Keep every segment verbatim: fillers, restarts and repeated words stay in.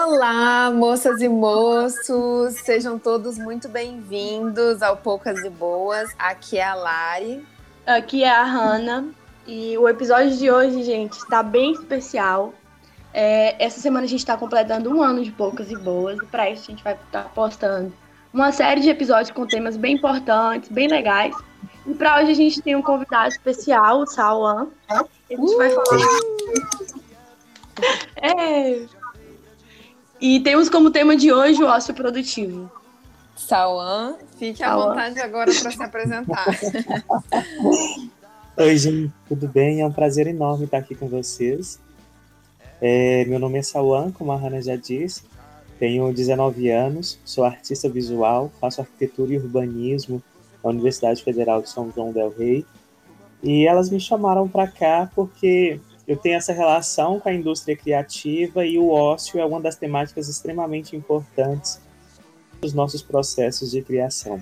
Olá, moças e moços, sejam todos muito bem-vindos ao Poucas e Boas. Aqui é a Lari. Aqui é a Hannah. E o episódio de hoje, gente, está bem especial. É, essa semana a gente está completando um ano de Poucas e Boas. E para isso a gente vai estar postando uma série de episódios com temas bem importantes, bem legais. E para hoje a gente tem um convidado especial, o Sauan. A gente uh! vai falar. É... E temos como tema de hoje o ócio produtivo. Sauan, fique à vontade agora para se apresentar. Oi, gente, tudo bem? É um prazer enorme estar aqui com vocês. É, meu nome é Sauan, como a Hannah já disse, tenho dezenove anos, sou artista visual, faço arquitetura e urbanismo na Universidade Federal de São João del Rei. E elas me chamaram para cá porque eu tenho essa relação com a indústria criativa e o ócio é uma das temáticas extremamente importantes dos nossos processos de criação.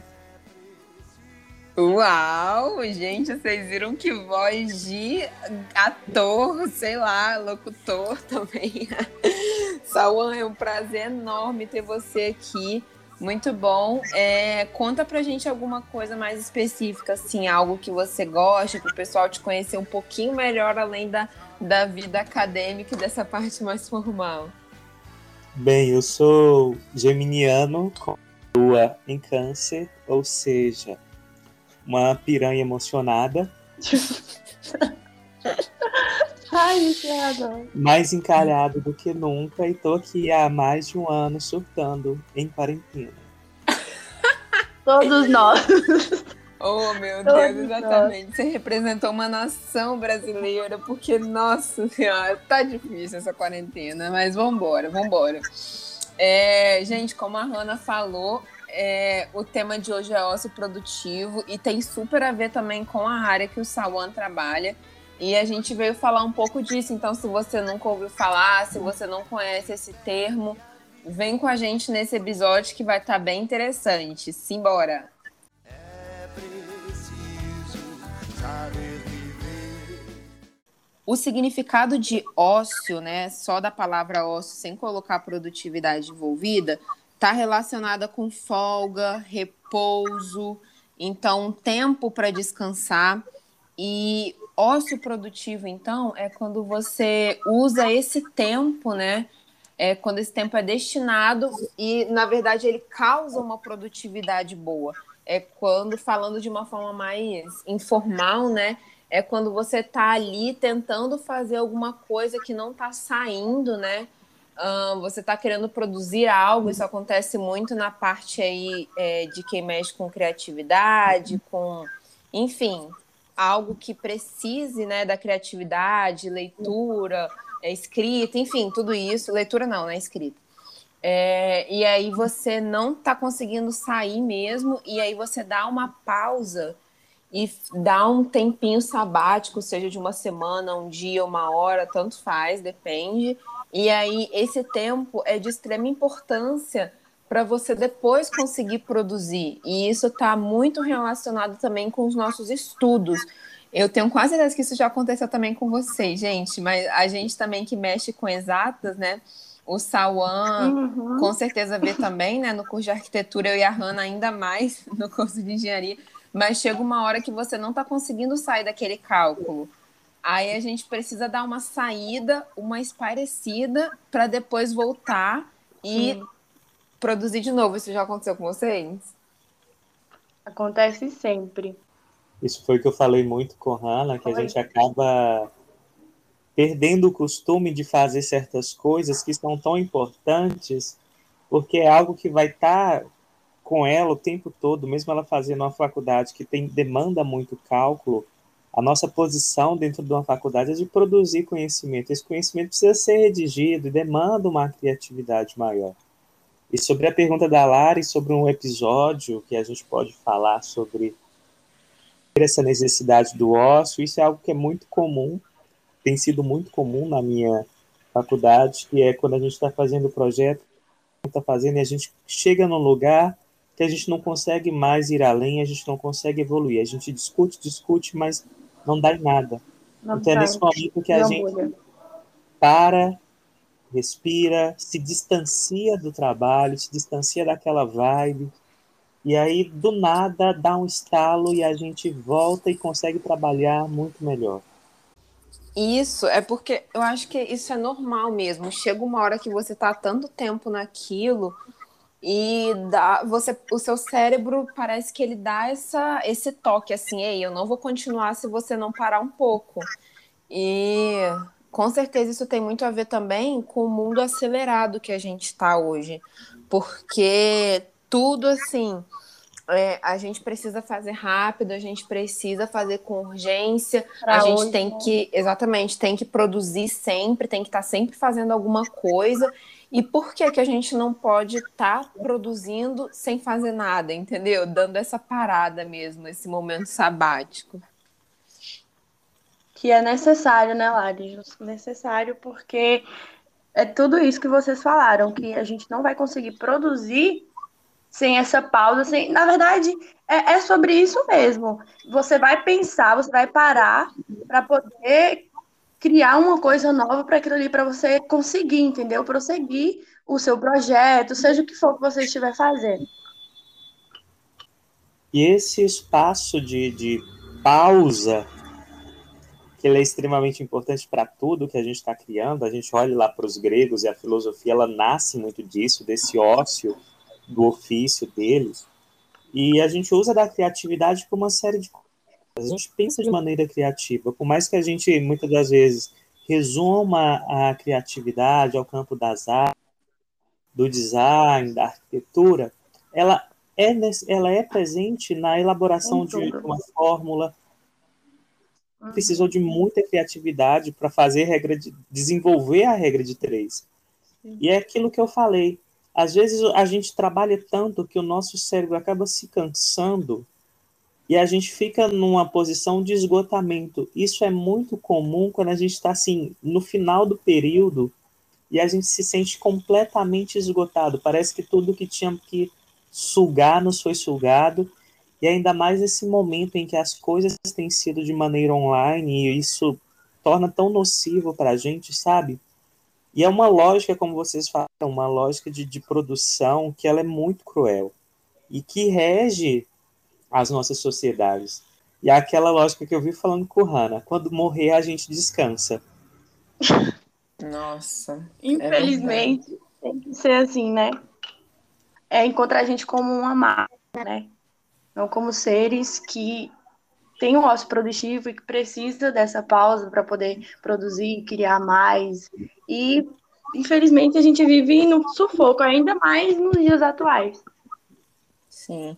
Uau, gente, vocês viram que voz de ator, sei lá, locutor também. Sauan, é um prazer enorme ter você aqui, muito bom. É, conta pra gente alguma coisa mais específica, assim, algo que você gosta, para o pessoal te conhecer um pouquinho melhor, além da, da vida acadêmica e dessa parte mais formal. Bem, eu sou geminiano com lua em câncer, ou seja, uma piranha emocionada. Ai, que mais encalhado do que nunca e tô aqui há mais de um ano surtando em quarentena. Todos nós. Oh, meu Todos Deus, exatamente. Nós. Você representou uma nação brasileira, porque, nossa senhora, tá difícil essa quarentena, mas vambora, vambora. É, gente, como a Hannah falou, É, o tema de hoje é ócio produtivo e tem super a ver também com a área que o Sauan trabalha. E a gente veio falar um pouco disso. Então, se você nunca ouviu falar, se você não conhece esse termo, vem com a gente nesse episódio que vai estar bem interessante. Simbora! É preciso saber viver. O significado de ócio, né, só da palavra ócio, sem colocar produtividade envolvida, está relacionada com folga, repouso, então tempo para descansar. E ócio produtivo, então, é quando você usa esse tempo, né? É quando esse tempo é destinado e, na verdade, ele causa uma produtividade boa. É quando, falando de uma forma mais informal, né? É quando você está ali tentando fazer alguma coisa que não está saindo, né? Um, você está querendo produzir algo, isso acontece muito na parte aí é, de quem mexe com criatividade, com, enfim, algo que precise, né, da criatividade, leitura, é, escrita, enfim, tudo isso. Leitura não, né, escrita. É, e aí você não está conseguindo sair mesmo, e aí você dá uma pausa e dá um tempinho sabático, seja de uma semana, um dia, uma hora, tanto faz, depende. E aí esse tempo é de extrema importância para você depois conseguir produzir. E isso está muito relacionado também com os nossos estudos. Eu tenho quase certeza que isso já aconteceu também com vocês, gente, mas a gente também que mexe com exatas, né? O Sauan, uhum. com certeza vê também, né? No curso de arquitetura, eu e a Hannah ainda mais no curso de engenharia. Mas chega uma hora que você não está conseguindo sair daquele cálculo. Aí a gente precisa dar uma saída, uma espairecida, para depois voltar e Sim. produzir de novo. Isso já aconteceu com vocês? Acontece sempre. Isso foi o que eu falei muito com a Hannah, que foi. A gente acaba perdendo o costume de fazer certas coisas que são tão importantes, porque é algo que vai estar... Tá com ela o tempo todo, mesmo ela fazendo uma faculdade que tem, demanda muito cálculo, a nossa posição dentro de uma faculdade é de produzir conhecimento. Esse conhecimento precisa ser redigido e demanda uma criatividade maior. E sobre a pergunta da Lari, sobre um episódio que a gente pode falar sobre essa necessidade do ócio, isso é algo que é muito comum, tem sido muito comum na minha faculdade, que é quando a gente está fazendo o projeto, está fazendo e a gente chega num lugar que a gente não consegue mais ir além, a gente não consegue evoluir. A gente discute, discute, mas não dá em nada. Não então é nesse momento que a gente bolha. para respira, se distancia do trabalho, se distancia daquela vibe, e aí do nada dá um estalo e a gente volta e consegue trabalhar muito melhor. Isso, é porque eu acho que isso é normal mesmo. Chega uma hora que você tá há tanto tempo naquilo e dá, você, o seu cérebro parece que ele dá essa, esse toque assim, ei, eu não vou continuar se você não parar um pouco. E com certeza isso tem muito a ver também com o mundo acelerado que a gente está hoje. Porque tudo assim, é, a gente precisa fazer rápido, a gente precisa fazer com urgência, a Pra gente hoje, tem né? que, exatamente, tem que produzir sempre, tem que estar sempre fazendo alguma coisa. E por que que a gente não pode estar produzindo sem fazer nada, entendeu? Dando essa parada mesmo, esse momento sabático. Que é necessário, né, Lari? Justo necessário, porque é tudo isso que vocês falaram, que a gente não vai conseguir produzir sem essa pausa, sem... Na verdade, é, é sobre isso mesmo. Você vai pensar, você vai parar para poder criar uma coisa nova para aquilo ali, para você conseguir, entendeu? Prosseguir o seu projeto, seja o que for que você estiver fazendo. E esse espaço de, de pausa, que ele é extremamente importante para tudo que a gente está criando, a gente olha lá para os gregos e a filosofia, ela nasce muito disso, desse ócio, do ofício deles, e a gente usa da criatividade para uma série de coisas. A gente pensa de maneira criativa, por mais que a gente, muitas das vezes, resuma a criatividade ao campo das artes, do design, da arquitetura, ela é, ela é presente na Em elaboração de tudo. uma fórmula. Uhum. Precisou de muita criatividade para fazer regra de, desenvolver a regra de três. E é aquilo que eu falei. Às vezes a gente trabalha tanto que o nosso cérebro acaba se cansando e a gente fica numa posição de esgotamento. Isso é muito comum quando a gente está assim, no final do período e a gente se sente completamente esgotado. Parece que tudo que tinha que sugar nos foi sugado. E ainda mais esse momento em que as coisas têm sido de maneira online e isso torna tão nocivo para a gente, sabe? E é uma lógica, como vocês falam, uma lógica de, de produção que ela é muito cruel e que rege as nossas sociedades. E é aquela lógica que eu vi falando com o Hannah, quando morrer a gente descansa. Nossa, é verdade. Infelizmente, tem que ser assim, né? É encontrar a gente como uma máquina, né? Não como seres que têm um ócio produtivo e que precisa dessa pausa para poder produzir, criar mais. E, infelizmente, a gente vive no sufoco, ainda mais nos dias atuais. Sim.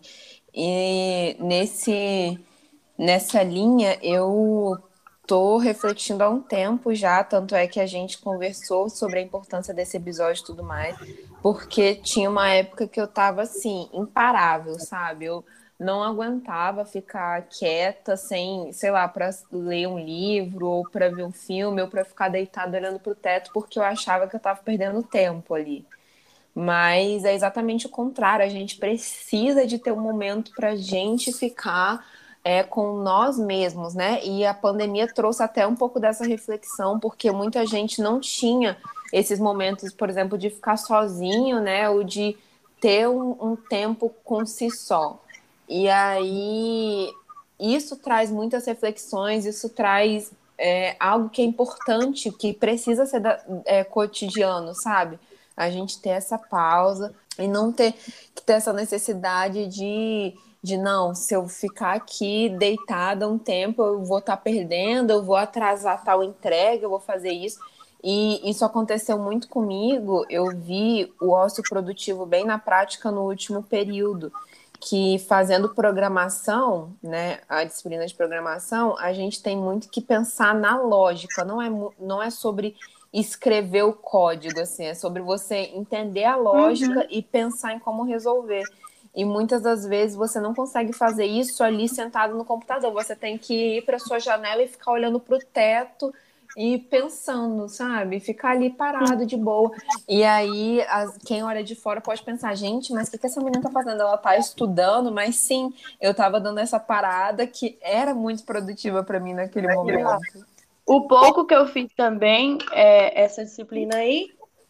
E nesse, nessa linha eu tô refletindo há um tempo já, tanto é que a gente conversou sobre a importância desse episódio e tudo mais, porque tinha uma época que eu tava assim, imparável, sabe? Eu não aguentava ficar quieta sem, sei lá, para ler um livro ou para ver um filme ou para ficar deitada olhando pro teto, porque eu achava que eu tava perdendo tempo ali. Mas é exatamente o contrário, a gente precisa de ter um momento para a gente ficar é, com nós mesmos, né? E a pandemia trouxe até um pouco dessa reflexão, porque muita gente não tinha esses momentos, por exemplo, de ficar sozinho, né? Ou de ter um, um tempo com si só. E aí isso traz muitas reflexões, isso traz é, algo que é importante, que precisa ser da, é, cotidiano, sabe? A gente ter essa pausa e não ter que ter essa necessidade de, de não, se eu ficar aqui deitada um tempo, eu vou estar tá perdendo, eu vou atrasar tal entrega, eu vou fazer isso. E isso aconteceu muito comigo, eu vi o ócio produtivo bem na prática no último período, que fazendo programação, né, a disciplina de programação, a gente tem muito que pensar na lógica, não é, não é sobre escrever o código, assim, é sobre você entender a lógica Uhum. e pensar em como resolver. E muitas das vezes você não consegue fazer isso ali sentado no computador, você tem que ir para sua janela e ficar olhando para o teto e pensando, sabe? Ficar ali parado de boa. E aí, as, quem olha de fora pode pensar, gente, mas o que, que essa menina tá fazendo? Ela tá estudando, mas sim, eu tava dando essa parada que era muito produtiva para mim naquele momento. O pouco que eu fiz também, é, essa disciplina aí,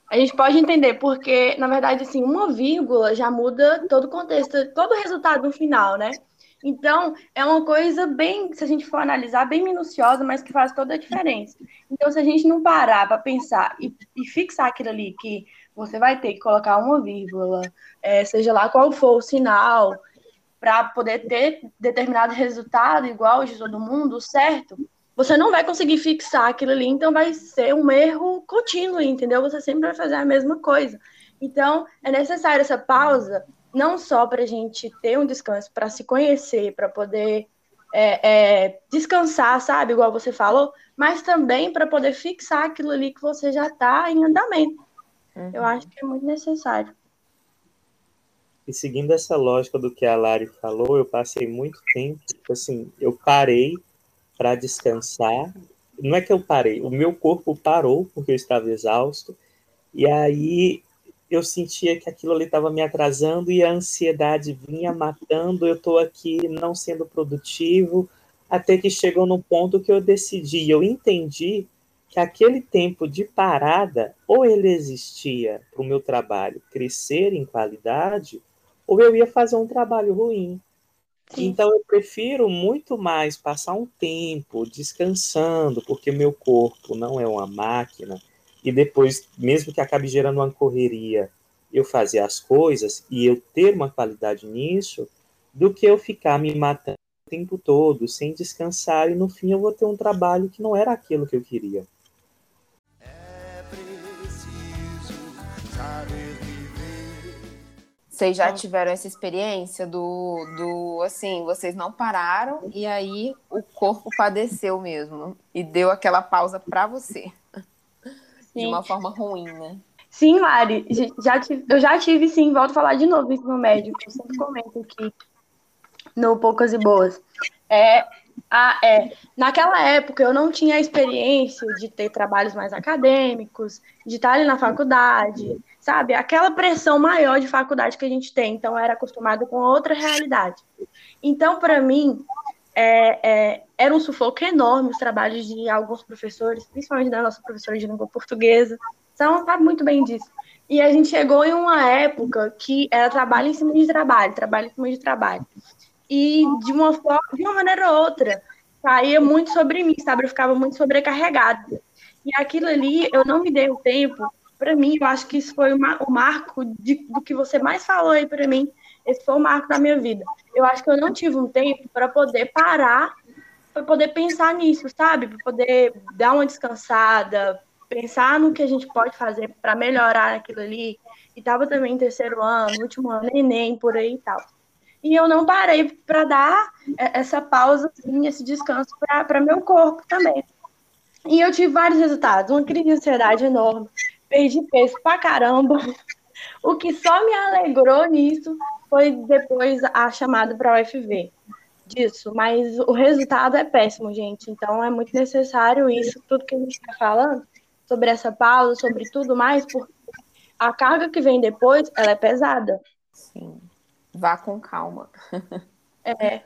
A gente pode entender, porque, na verdade, assim, uma vírgula já muda todo o contexto, todo o resultado no final, né? Então, é uma coisa bem, se a gente for analisar, bem minuciosa, mas que faz toda a diferença. Então, se a gente não parar para pensar e, e fixar aquilo ali, que você vai ter que colocar uma vírgula, é, seja lá qual for o sinal, para poder ter determinado resultado igual de todo mundo, certo? Você não vai conseguir fixar aquilo ali, então vai ser um erro contínuo, entendeu? Você sempre vai fazer a mesma coisa. Então, é necessário essa pausa, não só para a gente ter um descanso, para se conhecer, para poder é, é, descansar, sabe? Igual você falou, mas também para poder fixar aquilo ali que você já está em andamento. Uhum. Eu acho que é muito necessário. E seguindo essa lógica do que a Lari falou, eu passei muito tempo, assim, eu parei para descansar. Não é que eu parei, o meu corpo parou porque eu estava exausto. E aí eu sentia que aquilo ali estava me atrasando e a ansiedade vinha matando. Eu estou aqui não sendo produtivo, até que chegou no ponto que eu decidi, eu entendi que aquele tempo de parada, ou ele existia para o meu trabalho crescer em qualidade, ou eu ia fazer um trabalho ruim. Sim. Então eu prefiro muito mais passar um tempo descansando, porque meu corpo não é uma máquina, e depois, mesmo que acabe gerando uma correria, eu fazer as coisas e eu ter uma qualidade nisso, do que eu ficar me matando o tempo todo, sem descansar, e no fim eu vou ter um trabalho que não era aquilo que eu queria. Vocês já tiveram essa experiência do, do, assim, vocês não pararam e aí o corpo padeceu mesmo e deu aquela pausa para você? Sim. De uma forma ruim, né? Sim, Lari, já tive, eu já tive, sim, volto a falar de novo isso no médico, eu sempre comento aqui no Poucas e Boas. É, a, é, naquela época eu não tinha a experiência de ter trabalhos mais acadêmicos, de estar ali na faculdade, sabe? Aquela pressão maior de faculdade que a gente tem, então eu era acostumada com outra realidade. Então, para mim, é, é, era um sufoco enorme os trabalhos de alguns professores, principalmente da nossa professora de língua portuguesa, então sabe muito bem disso. E a gente chegou em uma época que era trabalho em cima de trabalho, trabalho em cima de trabalho. E de uma forma, de uma maneira ou outra, caía muito sobre mim, sabe? Eu ficava muito sobrecarregada. E aquilo ali, eu não me dei o tempo. Para mim, eu acho que isso foi uma, o marco de, do que você mais falou aí para mim. Esse foi o marco da minha vida. Eu acho que eu não tive um tempo para poder parar, para poder pensar nisso, sabe? Para poder dar uma descansada, pensar no que a gente pode fazer para melhorar aquilo ali. E estava também em terceiro ano, último ano, Enem, por aí e tal. E eu não parei para dar essa pausa, assim, esse descanso para meu corpo também. E eu tive vários resultados. Uma crise de ansiedade enorme, perdi peso pra caramba. O que só me alegrou nisso foi depois a chamada para a U F V disso. Mas o resultado é péssimo, gente. Então é muito necessário isso, tudo que a gente está falando, sobre essa pausa, sobre tudo mais, porque a carga que vem depois, ela é pesada. Sim. Vá com calma. É.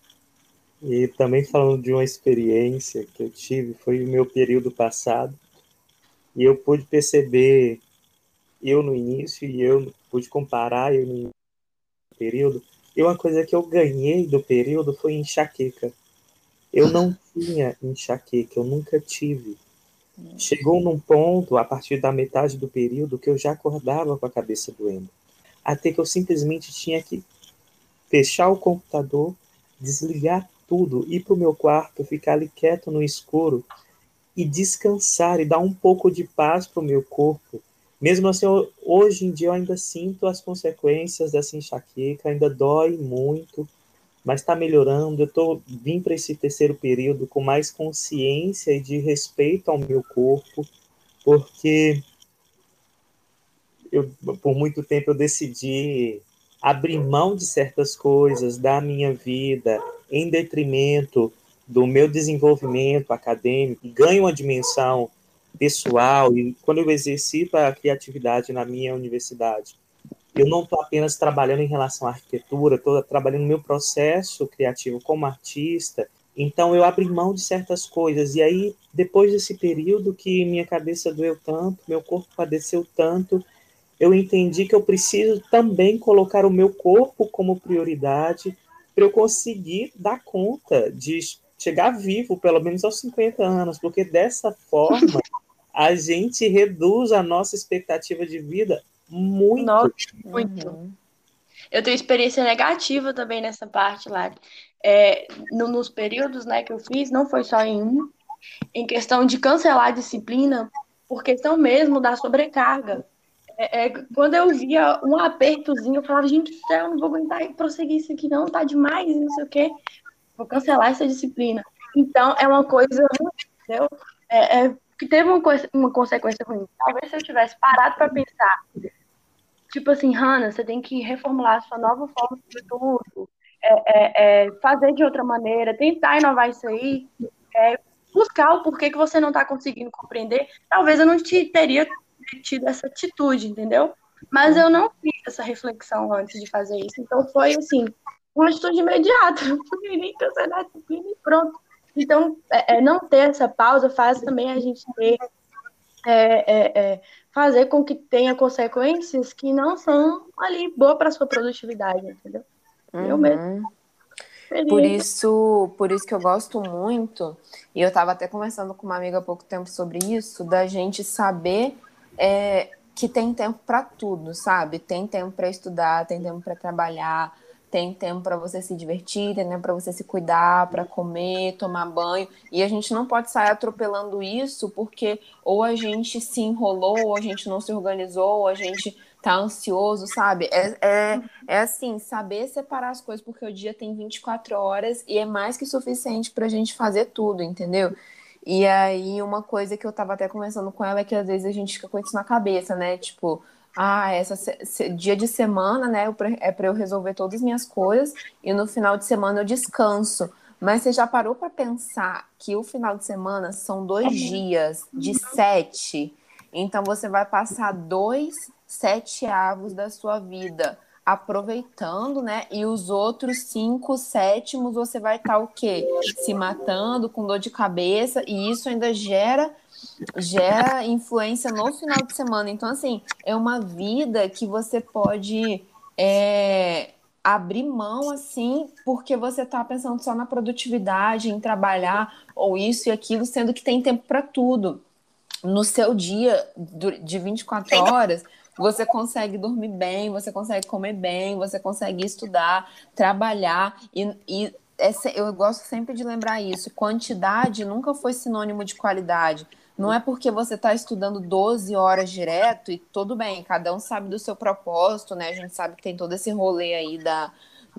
E também falando de uma experiência que eu tive, foi o meu período passado, e eu pude perceber, eu no início, e eu pude comparar eu no início do período, e uma coisa que eu ganhei do período foi enxaqueca. Eu não tinha enxaqueca, eu nunca tive. Chegou num ponto, a partir da metade do período, que eu já acordava com a cabeça doendo. Até que eu simplesmente tinha que fechar o computador, desligar tudo, ir para o meu quarto, ficar ali quieto no escuro e descansar e dar um pouco de paz para o meu corpo. Mesmo assim, eu, hoje em dia eu ainda sinto as consequências dessa enxaqueca, ainda dói muito, mas está melhorando. Eu tô, vim para esse terceiro período com mais consciência e de respeito ao meu corpo, porque eu, por muito tempo eu decidi abrir mão de certas coisas da minha vida em detrimento do meu desenvolvimento acadêmico, ganho uma dimensão pessoal, e quando eu exercito a criatividade na minha universidade, eu não estou apenas trabalhando em relação à arquitetura, estou trabalhando no meu processo criativo como artista, Então, eu abri mão de certas coisas. E aí, depois desse período que minha cabeça doeu tanto, meu corpo padeceu tanto, eu entendi que eu preciso também colocar o meu corpo como prioridade para eu conseguir dar conta de chegar vivo, pelo menos aos cinquenta anos, porque dessa forma a gente reduz a nossa expectativa de vida muito. Nossa, muito. Uhum. Eu tenho experiência negativa também nessa parte lá. É, no- nos períodos, né, que eu fiz, não foi só em um, em questão de cancelar a disciplina, por questão mesmo da sobrecarga. É, é, quando eu via um apertozinho, eu falava, gente do céu, não vou aguentar prosseguir isso aqui, não, tá demais, e não sei o quê. Vou cancelar essa disciplina. Então, é uma coisa ruim, entendeu? É, é, que teve uma, coisa, uma consequência ruim. Talvez se eu tivesse parado para pensar, tipo assim, Hannah, você tem que reformular a sua nova forma de estudo, é, é, é, fazer de outra maneira, tentar inovar isso aí, é, buscar o porquê que você não está conseguindo compreender. Talvez eu não te, teria tido essa atitude, entendeu? Mas eu não fiz essa reflexão antes de fazer isso. Então foi assim, uma atitude imediata. Eu fui nem cancelar a disciplina e pronto. Então, é, é, não ter essa pausa faz também a gente ter é, é, é, fazer com que tenha consequências que não são ali boas para sua produtividade, entendeu? Eu mesmo Uhum. Por experiência. isso, por isso que eu gosto muito, e eu estava até conversando com uma amiga há pouco tempo sobre isso, da gente saber é, que tem tempo para tudo, sabe? Tem tempo para estudar, tem tempo para trabalhar, tem tempo para você se divertir, tem tempo para você se cuidar, para comer, tomar banho. E a gente não pode sair atropelando isso porque ou a gente se enrolou, ou a gente não se organizou, ou a gente tá ansioso, sabe? É, é, é assim, saber separar as coisas, porque o dia tem vinte e quatro horas e é mais que suficiente pra gente fazer tudo, entendeu? E aí, uma coisa que eu tava até conversando com ela é que às vezes a gente fica com isso na cabeça, né? Tipo, ah, essa se- se- dia de semana, né, eu pre- é pra eu resolver todas as minhas coisas e no final de semana eu descanso. Mas você já parou pra pensar que o final de semana são dois dias de sete? Então você vai passar dois sete avos da sua vida aproveitando, né? E os outros cinco sétimos você vai estar o quê? Se matando, com dor de cabeça, e isso ainda gera gera influência no final de semana. Então, assim, é uma vida que você pode é, abrir mão, assim, porque você tá pensando só na produtividade, em trabalhar, ou isso e aquilo, sendo que tem tempo para tudo. No seu dia de vinte e quatro horas, você consegue dormir bem, você consegue comer bem, você consegue estudar, trabalhar e, e essa, eu gosto sempre de lembrar isso. Quantidade nunca foi sinônimo de qualidade. Não é porque você está estudando doze horas direto e tudo bem, cada um sabe do seu propósito, né? A gente sabe que tem todo esse rolê aí da,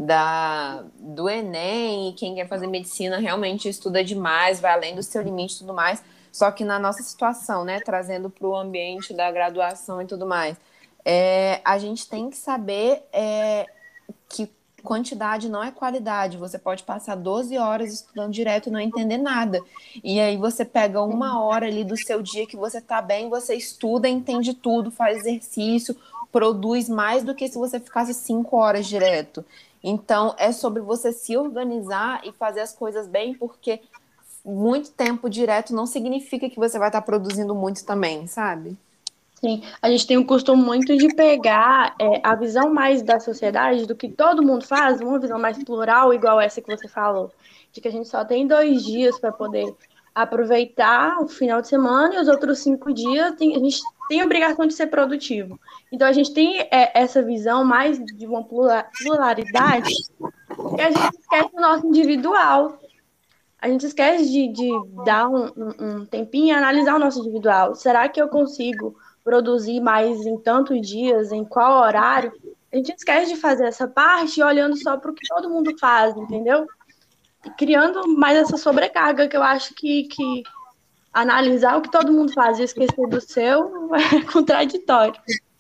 da, do Enem e quem quer fazer medicina realmente estuda demais, vai além do seu limite e tudo mais. Só que na nossa situação, né, trazendo para o ambiente da graduação e tudo mais, é, a gente tem que saber é, que quantidade não é qualidade. Você pode passar doze horas estudando direto e não entender nada. E aí você pega uma hora ali do seu dia que você tá bem, você estuda, entende tudo, faz exercício, produz mais do que se você ficasse cinco horas direto. Então, é sobre você se organizar e fazer as coisas bem, porque muito tempo direto não significa que você vai estar produzindo muito também, sabe? Sim, a gente tem o costume muito de pegar é, a visão mais da sociedade, do que todo mundo faz, uma visão mais plural, igual essa que você falou, de que a gente só tem dois dias para poder aproveitar o final de semana e os outros cinco dias tem- a gente tem a obrigação de ser produtivo. Então a gente tem é, essa visão mais de uma plura- pluralidade e a gente esquece o nosso individual. A gente esquece de, de dar um, um, um tempinho e analisar o nosso individual. Será que eu consigo produzir mais em tantos dias, em qual horário? A gente esquece de fazer essa parte olhando só para o que todo mundo faz, entendeu? E criando mais essa sobrecarga que eu acho que, que analisar o que todo mundo faz e esquecer do seu é contraditório.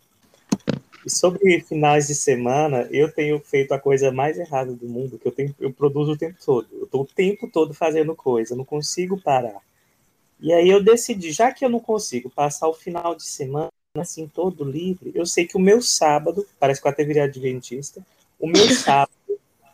E sobre finais de semana, eu tenho feito a coisa mais errada do mundo, que eu, tenho, eu produzo o tempo todo. Eu estou o tempo todo fazendo coisa, eu não consigo parar. E aí eu decidi, já que eu não consigo passar o final de semana assim todo livre, eu sei que o meu sábado, parece que eu até virei adventista, o meu sábado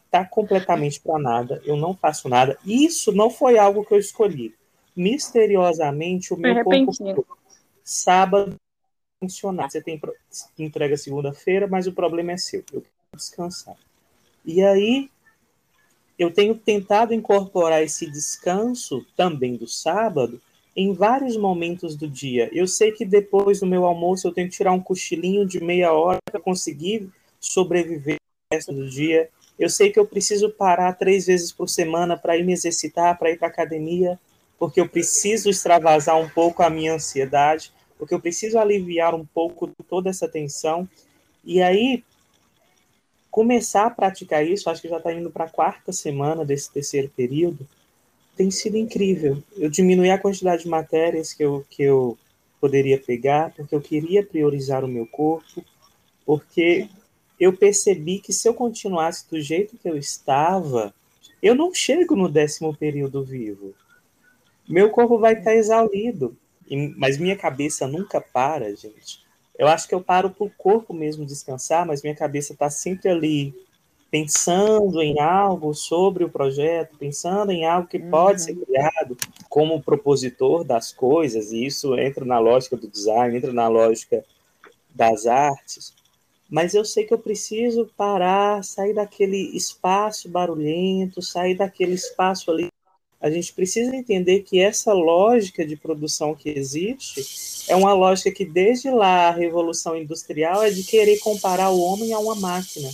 tá completamente para nada, eu não faço nada. Isso não foi algo que eu escolhi. Misteriosamente, o meu Foi corpo repentino. sábado funcionar. Você tem entrega segunda-feira, mas o problema é seu. Eu quero descansar. E aí, eu tenho tentado incorporar esse descanso também do sábado em vários momentos do dia. Eu sei que depois do meu almoço eu tenho que tirar um cochilinho de meia hora para conseguir sobreviver o resto do dia. Eu sei que eu preciso parar três vezes por semana para ir me exercitar, para ir para a academia, porque eu preciso extravasar um pouco a minha ansiedade, porque eu preciso aliviar um pouco toda essa tensão. E aí, começar a praticar isso, acho que já está indo para a quarta semana desse terceiro período, tem sido incrível. Eu diminuí a quantidade de matérias que eu, que eu poderia pegar, porque eu queria priorizar o meu corpo, porque eu percebi que se eu continuasse do jeito que eu estava, eu não chego no décimo período vivo. Meu corpo vai estar exaurido, mas minha cabeça nunca para, gente. Eu acho que eu paro para o corpo mesmo descansar, mas minha cabeça está sempre ali pensando em algo sobre o projeto, pensando em algo que pode ser Uhum. criado como propositor das coisas, e isso entra na lógica do design, entra na lógica das artes, mas eu sei que eu preciso parar, sair daquele espaço barulhento, sair daquele espaço ali. A gente precisa entender que essa lógica de produção que existe é uma lógica que desde lá a Revolução Industrial é de querer comparar o homem a uma máquina.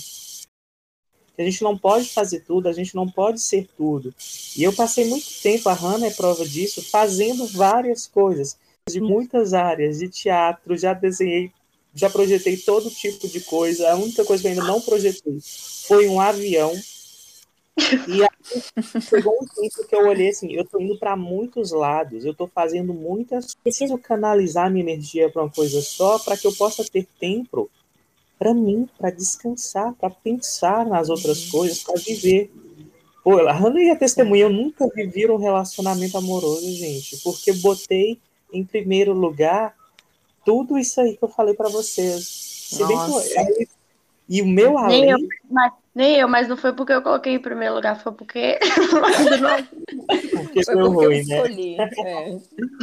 A gente não pode fazer tudo, a gente não pode ser tudo. E eu passei muito tempo, a Hannah é prova disso, fazendo várias coisas, de muitas áreas, de teatro, já desenhei, já projetei todo tipo de coisa. A única coisa que eu ainda não projetei foi um avião. E aí chegou um tempo que eu olhei assim, eu estou indo para muitos lados, eu estou fazendo muitas, preciso canalizar minha energia para uma coisa só, para que eu possa ter tempo para mim, para descansar, para pensar nas outras coisas, para viver. Pô, a Hannah e a testemunha, eu nunca vivi um relacionamento amoroso, gente, porque botei em primeiro lugar tudo isso aí que eu falei para vocês. Se bem que eu, Nossa. e o meu Nem eu, além, mas, nem eu, mas não foi porque eu coloquei em primeiro lugar, foi porque porque Foi deu porque eu ruim, né? escolhi. É.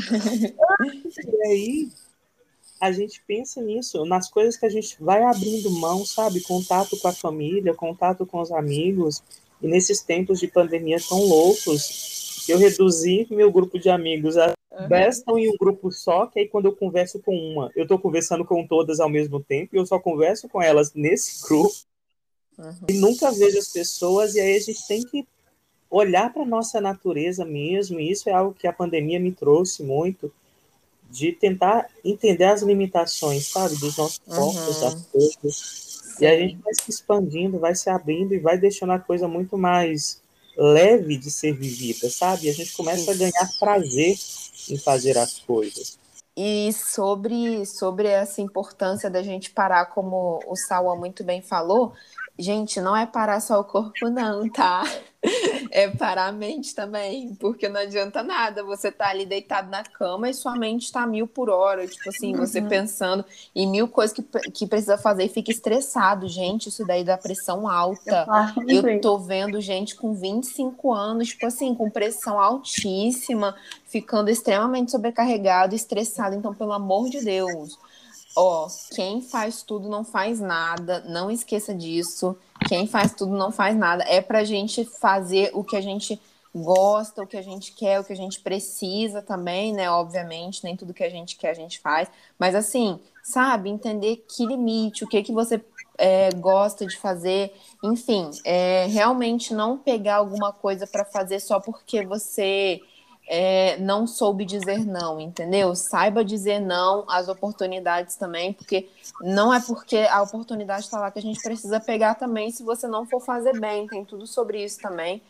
E aí a gente pensa nisso, nas coisas que a gente vai abrindo mão, sabe? Contato com a família, contato com os amigos. E nesses tempos de pandemia tão loucos, eu reduzi meu grupo de amigos a dez estão em um grupo só, que aí quando eu converso com uma, eu estou conversando com todas ao mesmo tempo, e eu só converso com elas nesse grupo, Uhum. e nunca vejo as pessoas, e aí a gente tem que olhar para a nossa natureza mesmo, e isso é algo que a pandemia me trouxe muito, de tentar entender as limitações, sabe, dos nossos corpos, das Uhum. coisas. E a gente Sim. vai se expandindo, vai se abrindo e vai deixando a coisa muito mais leve de ser vivida, sabe? E a gente começa a ganhar prazer em fazer as coisas. E sobre, sobre essa importância da gente parar, como o Sauá muito bem falou, gente, não é parar só o corpo, não, tá? É parar a mente também, porque não adianta nada você tá ali deitado na cama e sua mente tá mil por hora, tipo assim, você pensando em mil coisas que, que precisa fazer e fica estressado. Gente, isso daí dá pressão eu alta. faço muito Eu isso. tô vendo gente com vinte e cinco anos, tipo assim, com pressão altíssima, ficando extremamente sobrecarregado, estressado. Então, pelo amor de Deus, ó, quem faz tudo não faz nada, não esqueça disso. Quem faz tudo não faz nada. É pra gente fazer o que a gente gosta, o que a gente quer, o que a gente precisa também, né? Obviamente, nem tudo que a gente quer a gente faz. Mas assim, sabe, entender que limite, o que que você é, gosta de fazer. Enfim, é, realmente não pegar alguma coisa pra fazer só porque você é, não soube dizer não, entendeu? Saiba dizer não às oportunidades também, porque não é porque a oportunidade está lá que a gente precisa pegar também se você não for fazer bem, tem tudo sobre isso também.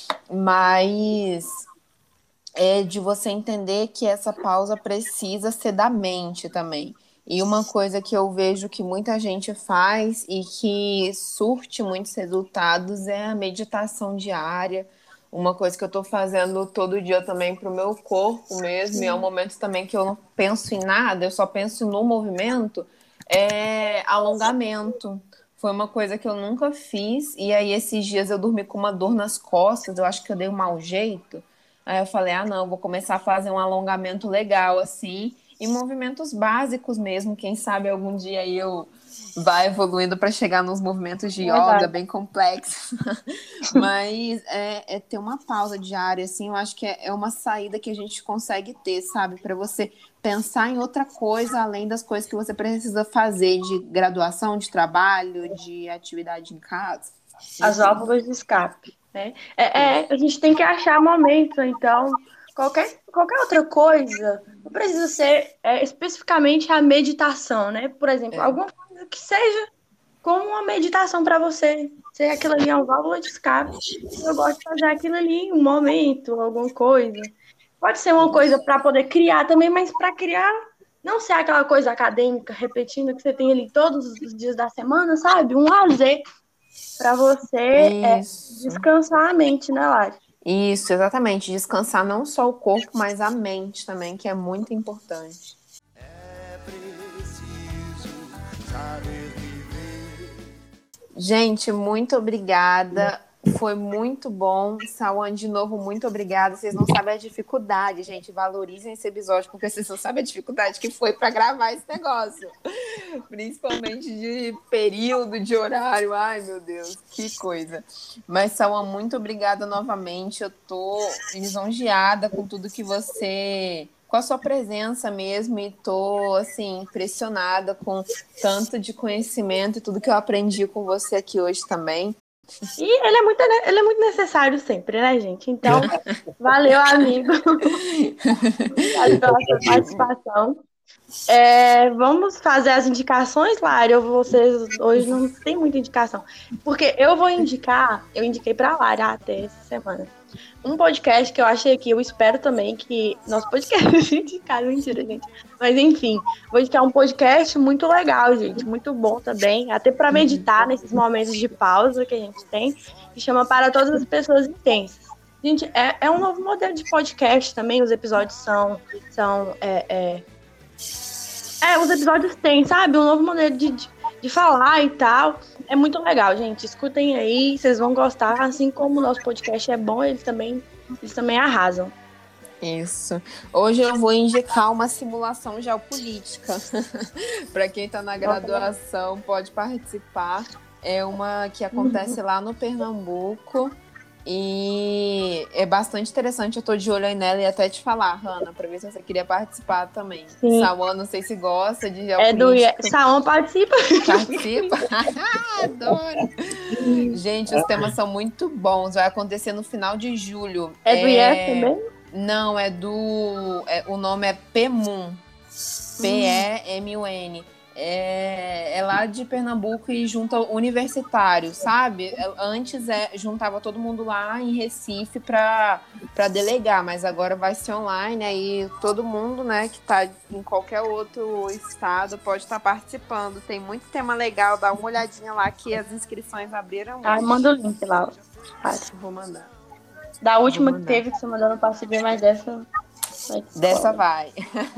Mas é de você entender que essa pausa precisa ser da mente também. E uma coisa que eu vejo que muita gente faz e que surte muitos resultados é a meditação diária. Uma coisa que eu tô fazendo todo dia também pro meu corpo mesmo, e é um momento também que eu não penso em nada, eu só penso no movimento, é alongamento. Foi uma coisa que eu nunca fiz, e aí esses dias eu dormi com uma dor nas costas, eu acho que eu dei um mau jeito. Aí eu falei, ah não, vou começar a fazer um alongamento legal, assim, e movimentos básicos mesmo, quem sabe algum dia aí eu vá evoluindo para chegar nos movimentos de yoga Verdade. bem complexos. Mas é, é ter uma pausa diária, assim, eu acho que é, é uma saída que a gente consegue ter, sabe? Para você pensar em outra coisa além das coisas que você precisa fazer de graduação, de trabalho, de atividade em casa. As válvulas de escape, né? É, é, a gente tem que achar momento, então, qualquer, qualquer outra coisa, não precisa ser é, especificamente a meditação, né? Por exemplo, É. alguma coisa que seja como uma meditação para você. Se aquilo ali é uma válvula de escape, eu gosto de fazer aquilo ali, um momento, alguma coisa. Pode ser uma coisa para poder criar também, mas para criar, não ser aquela coisa acadêmica, repetindo, que você tem ali todos os dias da semana, sabe? Um lazer para você é, Isso. descansar a mente, né, Lari? Isso, exatamente. Descansar não só o corpo, mas a mente também, que é muito importante. É preciso saber viver. Gente, muito obrigada. Foi muito bom. Sawan, de novo, muito obrigada. Vocês não sabem a dificuldade, gente. Valorizem esse episódio, porque vocês não sabem a dificuldade que foi para gravar esse negócio. Principalmente de período, de horário. Ai, meu Deus, que coisa. Mas, Sawan, muito obrigada novamente. Eu tô lisonjeada com tudo que você... com a sua presença mesmo, e tô, assim, impressionada com tanto de conhecimento e tudo que eu aprendi com você aqui hoje também. E ele é muito, ele é muito necessário sempre, né, gente? Então, valeu, amigo. Obrigada pela sua participação. É, vamos fazer as indicações, Lari, ou vocês hoje não tem muita indicação. Porque eu vou indicar, eu indiquei pra Lari até essa semana, um podcast que eu achei aqui, eu espero também que nosso podcast indicar, mentira, gente. Mas enfim, vou indicar um podcast muito legal, gente, muito bom também, até para meditar nesses momentos de pausa que a gente tem, que chama Para Todas as Pessoas Intensas. Gente, é, é um novo modelo de podcast também, os episódios são... são é, é, é, os episódios têm, sabe? Um novo modelo de, de, de falar e tal. É muito legal, gente. Escutem aí, vocês vão gostar. Assim como o nosso podcast é bom, eles também, eles também arrasam. Isso. Hoje eu vou indicar uma simulação geopolítica. Para quem está na graduação, pode participar. É uma que acontece lá no Pernambuco. E é bastante interessante, eu tô de olho aí nela e até te falar, Hanna, pra ver se você queria participar também. Sawan, não sei se gosta de geopolítica. É do Sawan participa. Participa? Adoro! Gente, os temas são muito bons, vai acontecer no final de julho. É do I E F também? Não, é do... É, o nome é PEMUN. P E M U N. É, é lá de Pernambuco e junta universitários, sabe? Antes é, juntava todo mundo lá em Recife para delegar, mas agora vai ser online, aí todo mundo, né, que está em qualquer outro estado pode estar participando. Tem muito tema legal, dá uma olhadinha lá que as inscrições abriram. Ah, manda o link lá. Vou mandar. Da última que teve, que você mandou no passo bem, mas dessa... Dessa vai.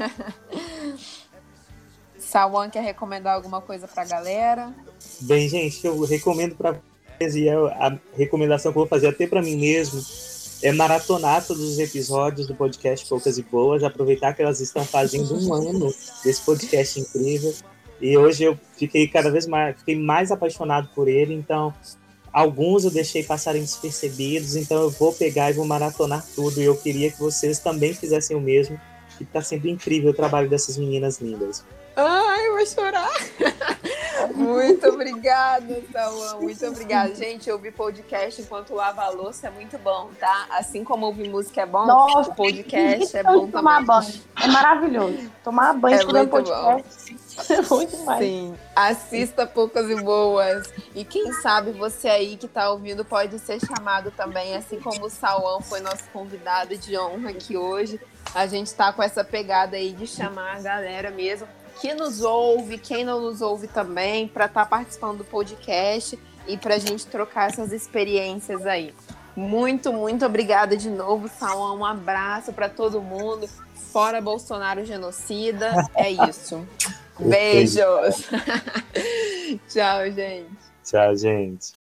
Sawan, quer recomendar alguma coisa pra galera? Bem, gente, eu recomendo para vocês, e a recomendação que eu vou fazer até para mim mesmo é maratonar todos os episódios do podcast Poucas e Boas, aproveitar que elas estão fazendo um ano desse podcast incrível, e hoje eu fiquei cada vez mais, fiquei mais apaixonado por ele, então alguns eu deixei passarem despercebidos, então eu vou pegar e vou maratonar tudo, e eu queria que vocês também fizessem o mesmo, que está sendo incrível o trabalho dessas meninas lindas. Ai, eu vou chorar. Muito obrigada, Sawan. Muito obrigada. Gente, ouvir podcast enquanto lava a louça é muito bom, tá? Assim como ouvir música é bom, Nossa, o podcast é bom tomar também. banho. É maravilhoso. Tomar banho É escutando muito podcast é muito demais. Sim, assista Poucas e Boas. E quem sabe você aí que tá ouvindo pode ser chamado também, assim como o Sawan foi nosso convidado de honra aqui hoje. A gente tá com essa pegada aí de chamar a galera mesmo que nos ouve, quem não nos ouve também, para estar tá participando do podcast e para a gente trocar essas experiências aí. Muito, muito obrigada de novo, Sawan. Um abraço para todo mundo. Fora Bolsonaro genocida. É isso. Beijos. Tchau, gente. Tchau, gente.